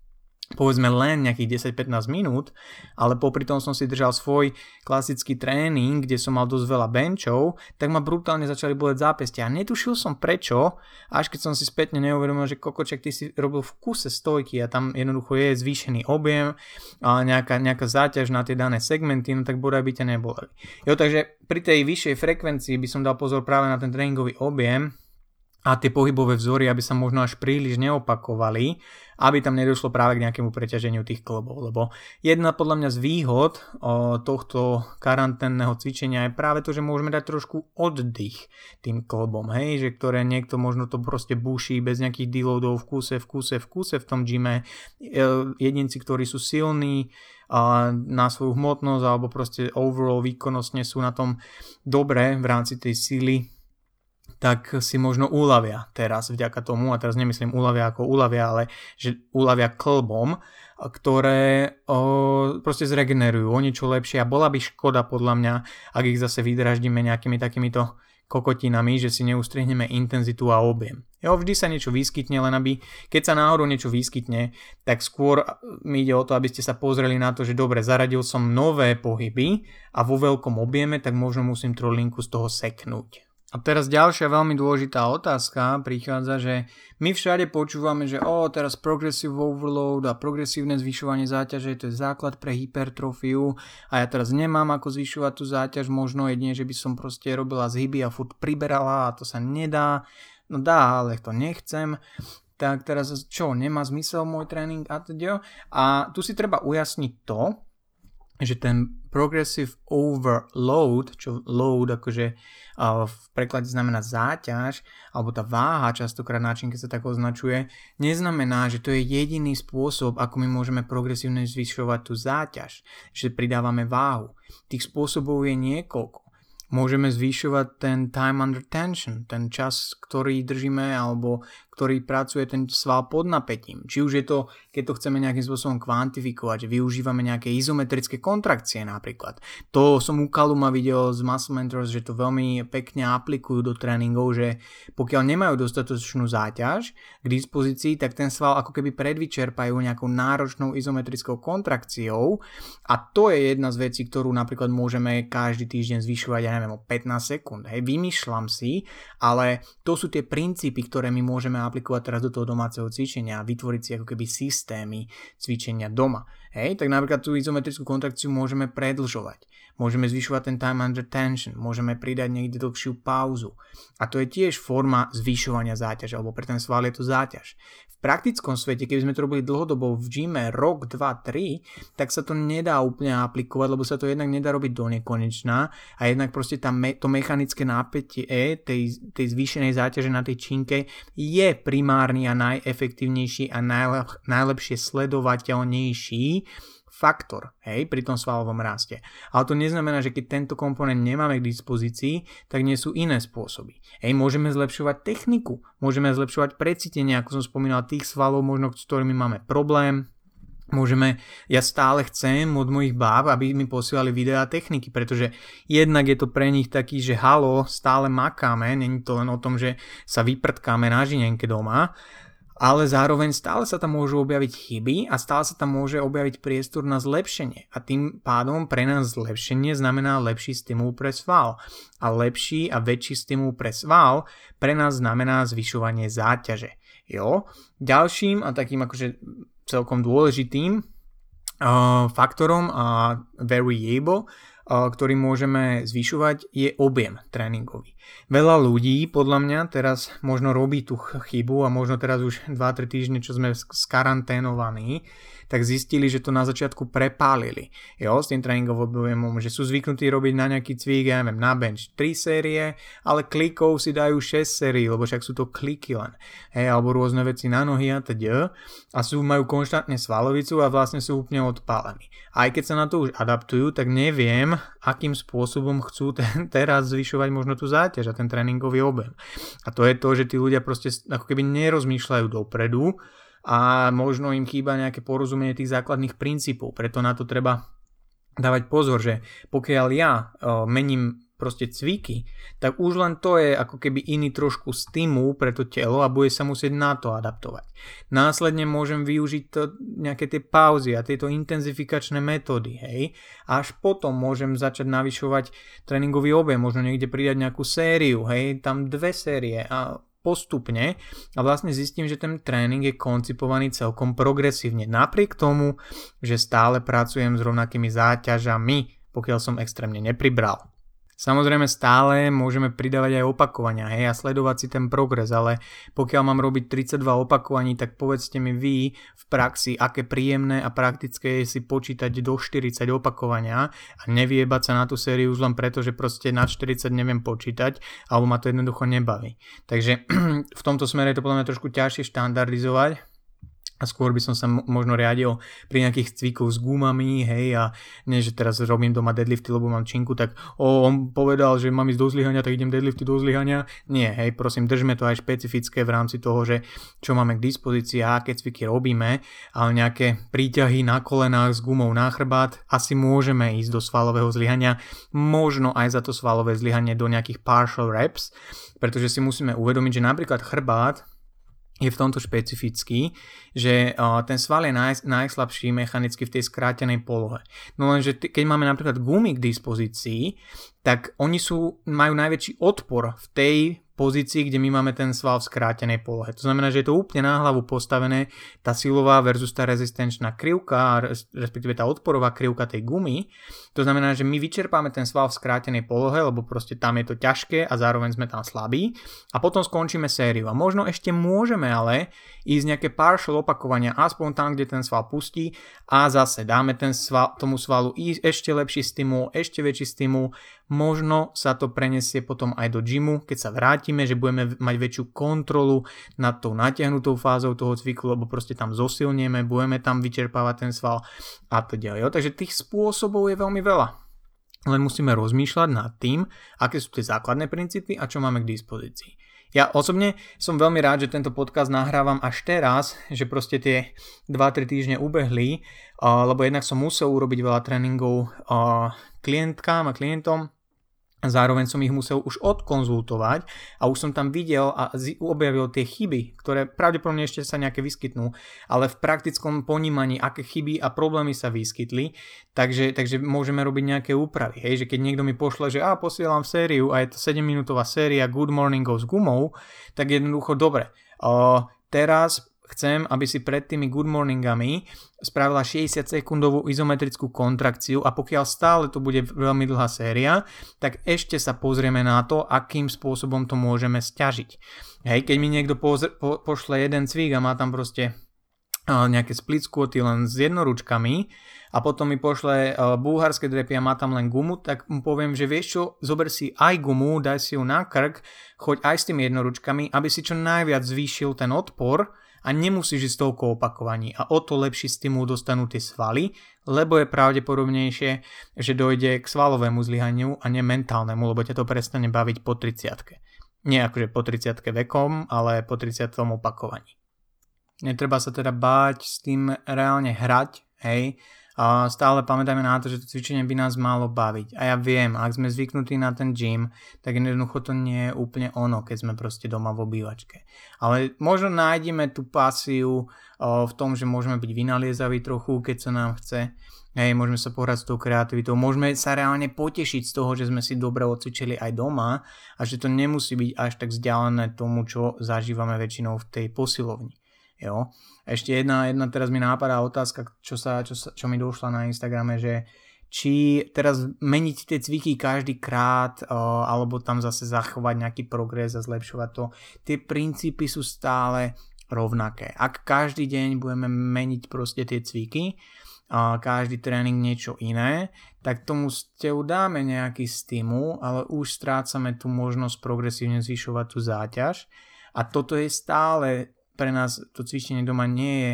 povedzme len nejakých desať pätnásť minút, ale popri tom som si držal svoj klasický tréning, kde som mal dosť veľa benchov, tak ma brutálne začali boleť zápestia. A netušil som prečo, až keď som si spätne neuvedomil, že kokoček, ty si robil v kuse stojky a tam jednoducho je zvýšený objem a nejaká, nejaká záťaž na tie dané segmenty, no tak bodaj by ťa neboleli. Jo, takže pri tej vyššej frekvencii by som dal pozor práve na ten tréningový objem a tie pohybové vzory, aby sa možno až príliš neopakovali, aby tam nedošlo práve k nejakému preťaženiu tých klbov. Lebo jedna podľa mňa z výhod o, tohto karanténneho cvičenia je práve to, že môžeme dať trošku oddych tým klbom, hej, že ktoré niekto možno to proste buší bez nejakých deloadov v kuse, v kuse, v kuse v tom gyme. Jedinci, ktorí sú silní a na svoju hmotnosť alebo proste overall výkonnostne sú na tom dobre v rámci tej síly, tak si možno uľavia teraz vďaka tomu, a teraz nemyslím uľavia ako uľavia, ale že uľavia klbom, ktoré o, proste zregenerujú o niečo lepšie a bola by škoda podľa mňa, ak ich zase vydraždíme nejakými takýmito kokotinami, že si neustrihneme intenzitu a objem. Jo, vždy sa niečo vyskytne, len aby, keď sa náhodou niečo vyskytne, tak skôr mi ide o to, aby ste sa pozreli na to, že dobre, zaradil som nové pohyby a vo veľkom objeme, tak možno musím trolinku z toho seknúť. A teraz ďalšia veľmi dôležitá otázka prichádza, že my všade počúvame, že o, teraz progressive overload a progresívne zvyšovanie záťaže, to je základ pre hypertrofiu a ja teraz nemám ako zvyšovať tú záťaž, možno jedine, že by som proste robila zhyby a furt priberala a to sa nedá, no dá, ale to nechcem. Tak teraz čo, nemá zmysel môj tréning a teda? A tu si treba ujasniť to, že ten progressive overload, čo load akože uh, v preklade znamená záťaž, alebo tá váha častokrát náčinke sa tak označuje, neznamená, že to je jediný spôsob, ako my môžeme progresívne zvyšovať tú záťaž, že pridávame váhu. Tých spôsobov je niekoľko. Môžeme zvyšovať ten time under tension, ten čas, ktorý držíme alebo ktorý pracuje ten sval pod napätím. Či už je to, keď to chceme nejakým spôsobom kvantifikovať, že využívame nejaké izometrické kontrakcie napríklad. To som u Caluma videl z Muscle Mentors, že to veľmi pekne aplikujú do tréningov, že pokiaľ nemajú dostatočnú záťaž k dispozícii, tak ten sval ako keby predvyčerpajú nejakou náročnou izometrickou kontrakciou a to je jedna z vecí, ktorú napríklad môžeme každý týždeň zvyšovať, ja neviem, o pätnásť sekúnd. Hej, vymýšľam si, ale to sú tie princípy, ktoré my môžeme aplikovať teraz do toho domáceho cvičenia a vytvoriť si ako keby systémy cvičenia doma. Hej, tak napríklad tú izometrickú kontrakciu môžeme predlžovať. Môžeme zvyšovať ten time under tension, môžeme pridať niekde dlhšiu pauzu. A to je tiež forma zvyšovania záťaže, alebo pre ten sval je to záťaž. V praktickom svete, keby sme to robili dlhodobo v gyme rok, dva, tri, tak sa to nedá úplne aplikovať, lebo sa to jednak nedá robiť do nekonečná a jednak proste tá me- to mechanické nápätie tej, tej zvýšenej záťaže na tej činke je primárny a najefektívnejší a najlep- najlepšie sledovateľnejší faktor, hej, pri tom svalovom raste. Ale to neznamená, že keď tento komponent nemáme k dispozícii, tak nie sú iné spôsoby. Hej, môžeme zlepšovať techniku, môžeme zlepšovať precítenie, ako som spomínal, tých svalov, možno s ktorými máme problém. Môžeme, ja stále chcem od mojich báb, aby mi posielali videá techniky, pretože jednak je to pre nich taký, že halo, stále makáme, není to len o tom, že sa vyprtkáme na žinenke doma, ale zároveň stále sa tam môžu objaviť chyby a stále sa tam môže objaviť priestor na zlepšenie. A tým pádom pre nás zlepšenie znamená lepší stimul pre sval. A lepší a väčší stimul pre sval pre nás znamená zvyšovanie záťaže. Jo? Ďalším a takým akože celkom dôležitým uh, faktorom a variable, uh, ktorý môžeme zvyšovať, je objem tréningový. Veľa ľudí, podľa mňa, teraz možno robí tú chybu a možno teraz už dva tri týždne, čo sme skaranténovaní, tak zistili, že to na začiatku prepálili. Jo, s tým tréningovým objemom, že sú zvyknutí robiť na nejaký cvik, ja neviem, na bench tri série, ale klikov si dajú šesť sérií, lebo však sú to kliky len. Hej, alebo rôzne veci na nohy a teda. A sú, majú konštantne svalovicu a vlastne sú úplne odpálení. Aj keď sa na to už adaptujú, tak neviem, akým spôsobom chcú ten, teraz zvyšovať možno tú záťaž a ten tréningový objem. A to je to, že tí ľudia proste ako keby nerozmýšľajú dopredu a možno im chýba nejaké porozumenie tých základných princípov. Preto na to treba dávať pozor, že pokiaľ ja uh, mením proste cviky, tak už len to je ako keby iný trošku stimul pre to telo a bude sa musieť na to adaptovať. Následne môžem využiť to, nejaké tie pauzy a tieto intenzifikačné metódy, hej. A až potom môžem začať navyšovať tréningový objem, možno niekde pridať nejakú sériu, hej, tam dve série a postupne a vlastne zistím, že ten tréning je koncipovaný celkom progresívne. Napriek tomu, že stále pracujem s rovnakými záťažami, pokiaľ som extrémne nepribral. Samozrejme stále môžeme pridávať aj opakovania, hej, a sledovať si ten progres, ale pokiaľ mám robiť tridsaťdva opakovaní, tak povedzte mi vy v praxi, aké príjemné a praktické je si počítať do štyridsať opakovania a nevyjebať sa na tú sériu už len preto, že proste na štyridsať neviem počítať, alebo ma to jednoducho nebaví. Takže v tomto smere je to podľa mňa trošku ťažšie štandardizovať. A skôr by som sa možno riadil pri nejakých cvikoch s gumami, hej, a nie, že teraz robím doma deadlifty, lebo mám činku, tak o, on povedal, že mám ísť do zlyhania, tak idem deadlifty do zlyhania. Nie, hej, prosím, držme to aj špecifické v rámci toho, že čo máme k dispozícii a aké cviky robíme, ale nejaké príťahy na kolenách s gumou na chrbát, asi môžeme ísť do svalového zlyhania, možno aj za to svalové zlyhanie do nejakých partial reps, pretože si musíme uvedomiť, že napríklad chrbát je v tomto špecifický, že uh, ten sval je naj, najslabší mechanicky v tej skrátenej polohe. No lenže t- keď máme napríklad gumy k dispozícii, tak oni sú, majú najväčší odpor v tej pozícii, kde my máme ten sval v skrátenej polohe. To znamená, že je to úplne na hlavu postavené tá silová versus tá rezistenčná krivka, respektíve tá odporová krivka tej gumy. To znamená, že my vyčerpáme ten sval v skrátenej polohe, lebo proste tam je to ťažké a zároveň sme tam slabí a potom skončíme sériu. A možno ešte môžeme ale ísť nejaké partial opakovania aspoň tam, kde ten sval pustí a zase dáme ten sval, tomu svalu ísť ešte lepší stimul, ešte väčší stimul. Možno sa to prenesie potom aj do gymu, keď sa vrátime, že budeme mať väčšiu kontrolu nad tou natiahnutou fázou toho cviku, lebo proste tam zosilnieme, budeme tam vyčerpávať ten sval a to ďalej. Takže tých spôsobov je veľmi veľa. Len musíme rozmýšľať nad tým, aké sú tie základné princípy a čo máme k dispozícii. Ja osobne som veľmi rád, že tento podcast nahrávam až teraz, že proste tie dva tri týždne ubehli, uh, lebo jednak som musel urobiť veľa tréningov uh, klientkám a klientom, zároveň som ich musel už odkonzultovať a už som tam videl a objavil tie chyby, ktoré pravdepodobne ešte sa nejaké vyskytnú, ale v praktickom ponímaní, aké chyby a problémy sa vyskytli, takže, takže môžeme robiť nejaké úpravy. Hej, že keď niekto mi pošle, že a posielam sériu a je to sedemminútová séria Good Morningov s gumou, tak jednoducho dobre. Uh, teraz chcem, aby si pred tými good morningami spravila šesťdesiat sekundovú izometrickú kontrakciu a pokiaľ stále to bude veľmi dlhá séria, tak ešte sa pozrieme na to, akým spôsobom to môžeme sťažiť. Hej, keď mi niekto pozr- po- pošle jeden cvik a má tam proste uh, nejaké split squaty len s jednoručkami a potom mi pošle uh, bulharské drepy a má tam len gumu, tak mu poviem, že vieš čo, zober si aj gumu, daj si ju na krk, choď aj s tými jednoručkami, aby si čo najviac zvýšil ten odpor a nemusíš ísť toľko opakovaní a o to lepší stimul dostanú tie svaly, lebo je pravdepodobnejšie, že dojde k svalovému zlyhaniu a nie mentálnemu, lebo ťa to prestane baviť po tridsiatke. Nie akože po tridsiatke vekom, ale po tridsiatom opakovaní. Netreba sa teda báť s tým reálne hrať, hej, a stále pamätajme na to, že to cvičenie by nás malo baviť. A ja viem, ak sme zvyknutí na ten gym, tak jednoducho to nie je úplne ono, keď sme proste doma v obývačke. Ale možno nájdeme tú pasiu o, v tom, že môžeme byť vynaliezaví trochu, keď sa nám chce. Hej, môžeme sa pohrať s tou kreativitou, môžeme sa reálne potešiť z toho, že sme si dobre odcvičili aj doma a že to nemusí byť až tak vzdialené tomu, čo zažívame väčšinou v tej posilovni. Jo. Ešte jedna, jedna teraz mi nápadá otázka, čo, sa, čo, sa, čo mi došla na Instagrame, že či teraz meniť tie cviky každý krát, uh, alebo tam zase zachovať nejaký progres a zlepšovať to. Tie princípy sú stále rovnaké. Ak každý deň budeme meniť proste tie cviky, uh, každý tréning niečo iné, tak tomu stelu dáme nejaký stimul, ale už strácame tú možnosť progresívne zvyšovať tú záťaž. A toto je stále pre nás, to cvičenie doma nie je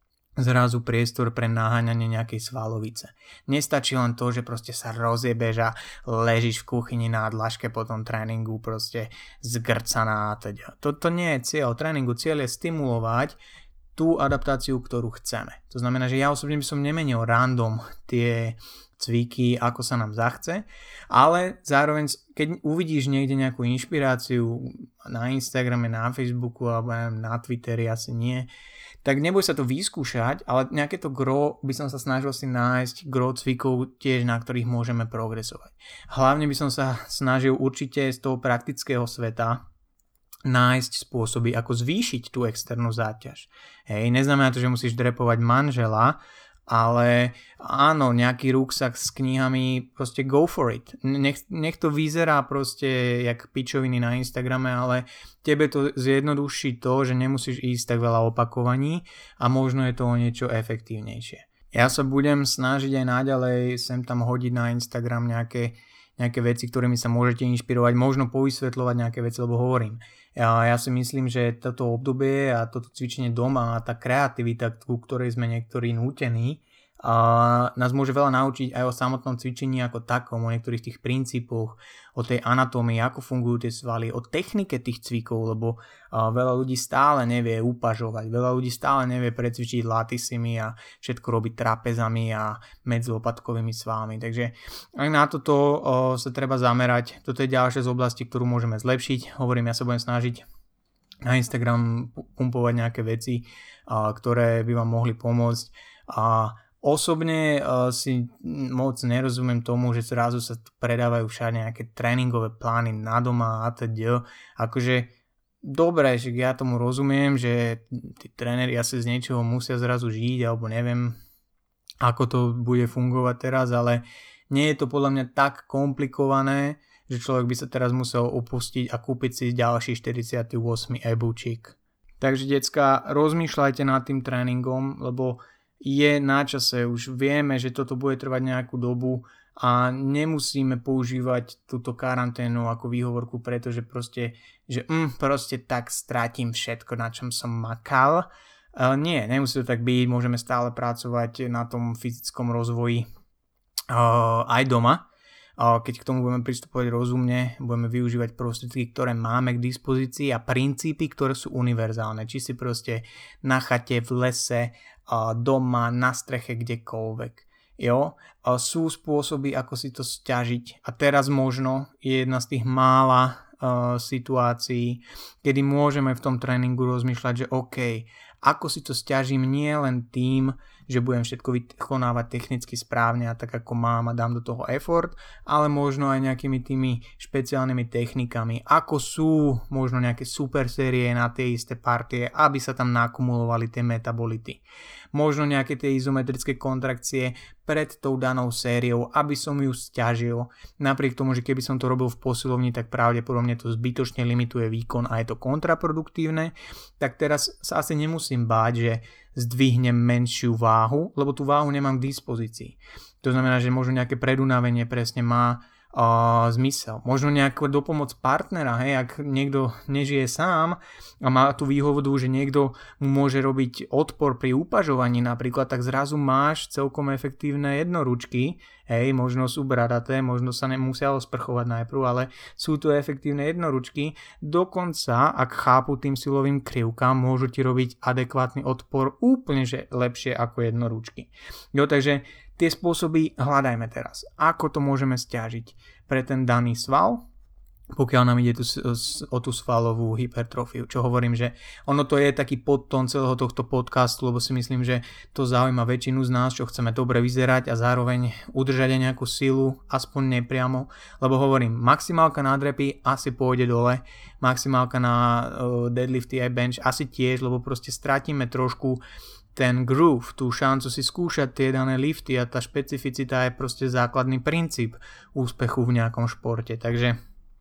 zrazu priestor pre naháňanie nejakej svalovice. Nestačí len to, že proste sa rozjebeš a ležíš v kuchyni na dlažke po tom tréningu proste zgrcaná a teda. Toto nie je cieľ tréningu. Cieľ je stimulovať tú adaptáciu, ktorú chceme. To znamená, že ja osobne by som nemenil random tie cviky, ako sa nám zachce, ale zároveň, keď uvidíš niekde nejakú inšpiráciu na Instagrame, na Facebooku alebo na Twitteri, asi nie, tak neboj sa to vyskúšať, ale nejaké to gro by som sa snažil si nájsť gro cvikov tiež, na ktorých môžeme progresovať. Hlavne by som sa snažil určite z toho praktického sveta nájsť spôsoby, ako zvýšiť tú externú záťaž. Hej, neznamená to, že musíš drepovať manžela, ale áno, nejaký ruksak s knihami, proste go for it. Nech, nech to vyzerá proste jak pičoviny na Instagrame, ale tebe to zjednoduší to, že nemusíš ísť tak veľa opakovaní a možno je to o niečo efektívnejšie. Ja sa budem snažiť aj naďalej sem tam hodiť na Instagram nejaké, nejaké veci, ktorými sa môžete inšpirovať, možno povysvetľovať nejaké veci, lebo hovorím. Ja, ja si myslím, že toto obdobie a toto cvičenie doma a tá kreativita, ku ktorej sme niektorí nútení, a nás môže veľa naučiť aj o samotnom cvičení ako takom, o niektorých tých princípoch, o tej anatómii, ako fungujú tie svaly, o technike tých cvikov, lebo veľa ľudí stále nevie upažovať, veľa ľudí stále nevie precvičiť latisimi a všetko robiť trapezami a medzilopatkovými svalmi. Takže aj na toto sa treba zamerať. Toto je ďalšia z oblastí, ktorú môžeme zlepšiť. Hovorím, ja sa budem snažiť na Instagram pumpovať nejaké veci, ktoré by vám mohli pomôcť. A osobne uh, si moc nerozumiem tomu, že zrazu sa predávajú všade nejaké tréningové plány na doma a teda. Akože dobre, že ja tomu rozumiem, že tí tréneri asi z niečoho musia zrazu žiť, alebo neviem, ako to bude fungovať teraz, ale nie je to podľa mňa tak komplikované, že človek by sa teraz musel opustiť a kúpiť si ďalší štyridsiaty ôsmy e-boočik. Takže decka, rozmýšľajte nad tým tréningom, lebo je na čase, už vieme, že toto bude trvať nejakú dobu a nemusíme používať túto karanténu ako výhovorku, pretože proste, že mm, proste tak stratím všetko, na čom som makal. Uh, nie, nemusí to tak byť, môžeme stále pracovať na tom fyzickom rozvoji uh, aj doma. Uh, keď k tomu budeme pristupovať rozumne, budeme využívať prostriedky, ktoré máme k dispozícii a princípy, ktoré sú univerzálne. Či si proste na chate, v lese, doma, na streche, kdekoľvek. Jo? Sú spôsoby, ako si to sťažiť a teraz možno je jedna z tých mála uh, situácií, kedy môžeme v tom tréningu rozmýšľať, že OK, ako si to sťažím nie len tým, že budem všetko vykonávať technicky správne a tak ako mám a dám do toho effort, ale možno aj nejakými tými špeciálnymi technikami, ako sú možno nejaké super série na tie isté partie, aby sa tam nakumulovali tie metabolity. Možno nejaké tie izometrické kontrakcie pred tou danou sériou, aby som ju sťažil. Napriek tomu, že keby som to robil v posilovni, tak pravdepodobne to zbytočne limituje výkon a je to kontraproduktívne, tak teraz sa asi nemusím báť, že zdvihnem menšiu váhu, lebo tú váhu nemám k dispozícii. To znamená, že možno nejaké predunavenie presne má uh, zmysel. Možno nejakú dopomoc partnera, hej, ak niekto nežije sám a má tú výhodu, že niekto mu môže robiť odpor pri upažovaní napríklad, tak zrazu máš celkom efektívne jednoručky, hej, možno sú bradaté, možno sa nemusia osprchovať najprv, ale sú to efektívne jednoručky. Dokonca, ak chápu tým silovým krivkám, môžu ti robiť adekvátny odpor úplne že lepšie ako jednoručky. Jo, takže tie spôsoby hľadajme teraz. Ako to môžeme sťažiť pre ten daný sval, pokiaľ nám ide tu, o tú svalovú hypertrofiu. Čo hovorím, že ono to je taký podtón celého tohto podcastu, lebo si myslím, že to zaujíma väčšinu z nás, čo chceme dobre vyzerať a zároveň udržať aj nejakú silu, aspoň nepriamo. Lebo hovorím, maximálka na drepy asi pôjde dole, maximálka na uh, deadlifty aj bench asi tiež, lebo proste stratíme trošku ten groove, tú šancu si skúšať tie dané lifty a tá špecificita je proste základný princíp úspechu v nejakom športe. Takže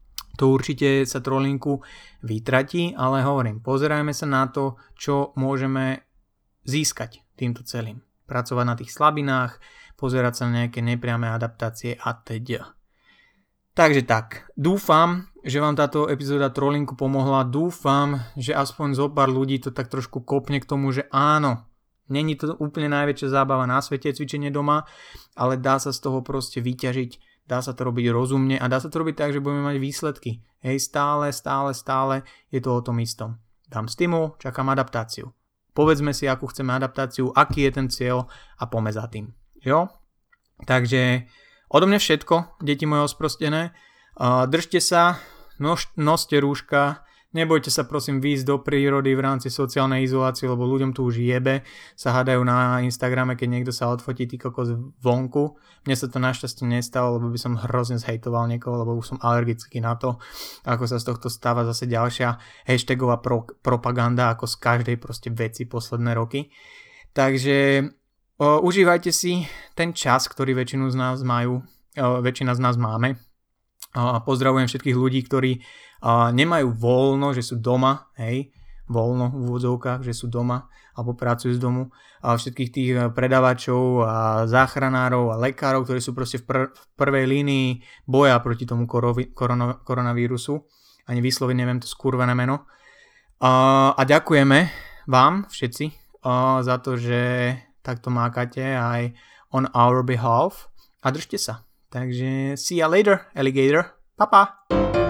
to určite sa trolinku vytratí, ale hovorím, pozerajme sa na to, čo môžeme získať týmto celým. Pracovať na tých slabinách, pozerať sa na nejaké nepriame adaptácie a teda. Takže tak, dúfam, že vám táto epizóda trolinku pomohla, dúfam, že aspoň zo pár ľudí to tak trošku kopne k tomu, že áno, není to úplne najväčšia zábava na svete cvičenie doma, ale dá sa z toho proste vyťažiť. Dá sa to robiť rozumne a dá sa to robiť tak, že budeme mať výsledky. Hej, stále, stále, stále je to o tom istom. Dám stimul, čakám adaptáciu. Povedzme si, akú chceme adaptáciu, aký je ten cieľ a poďme za tým. Jo? Takže odo mňa všetko, deti moje osprostené. Držte sa, nož, noste rúška, nebojte sa prosím výjsť do prírody v rámci sociálnej izolácie, lebo ľuďom tu už jebe, sa hádajú na Instagrame, keď niekto sa odfotí ty kokos vonku. Mne sa to našťastie nestalo, lebo by som hrozne zhejtoval niekoho, lebo už som alergický na to, ako sa z tohto stáva zase ďalšia hashtagová pro, propaganda, ako z každej proste veci posledné roky. Takže o, užívajte si ten čas, ktorý väčšinu z nás majú, o, väčšina z nás máme. A pozdravujem všetkých ľudí, ktorí a, nemajú voľno, že sú doma, hej, voľno v úvodzovkách, že sú doma alebo pracujú z domu. A všetkých tých predávačov a záchranárov a lekárov, ktorí sú proste v, pr- v prvej línii boja proti tomu korovi- korona- koronavírusu. Ani vysloviť neviem to skurvené meno. A, a ďakujeme vám všetci a, za to, že takto mákate aj on our behalf. A držte sa. Takže see ya later, alligator. Pa pa.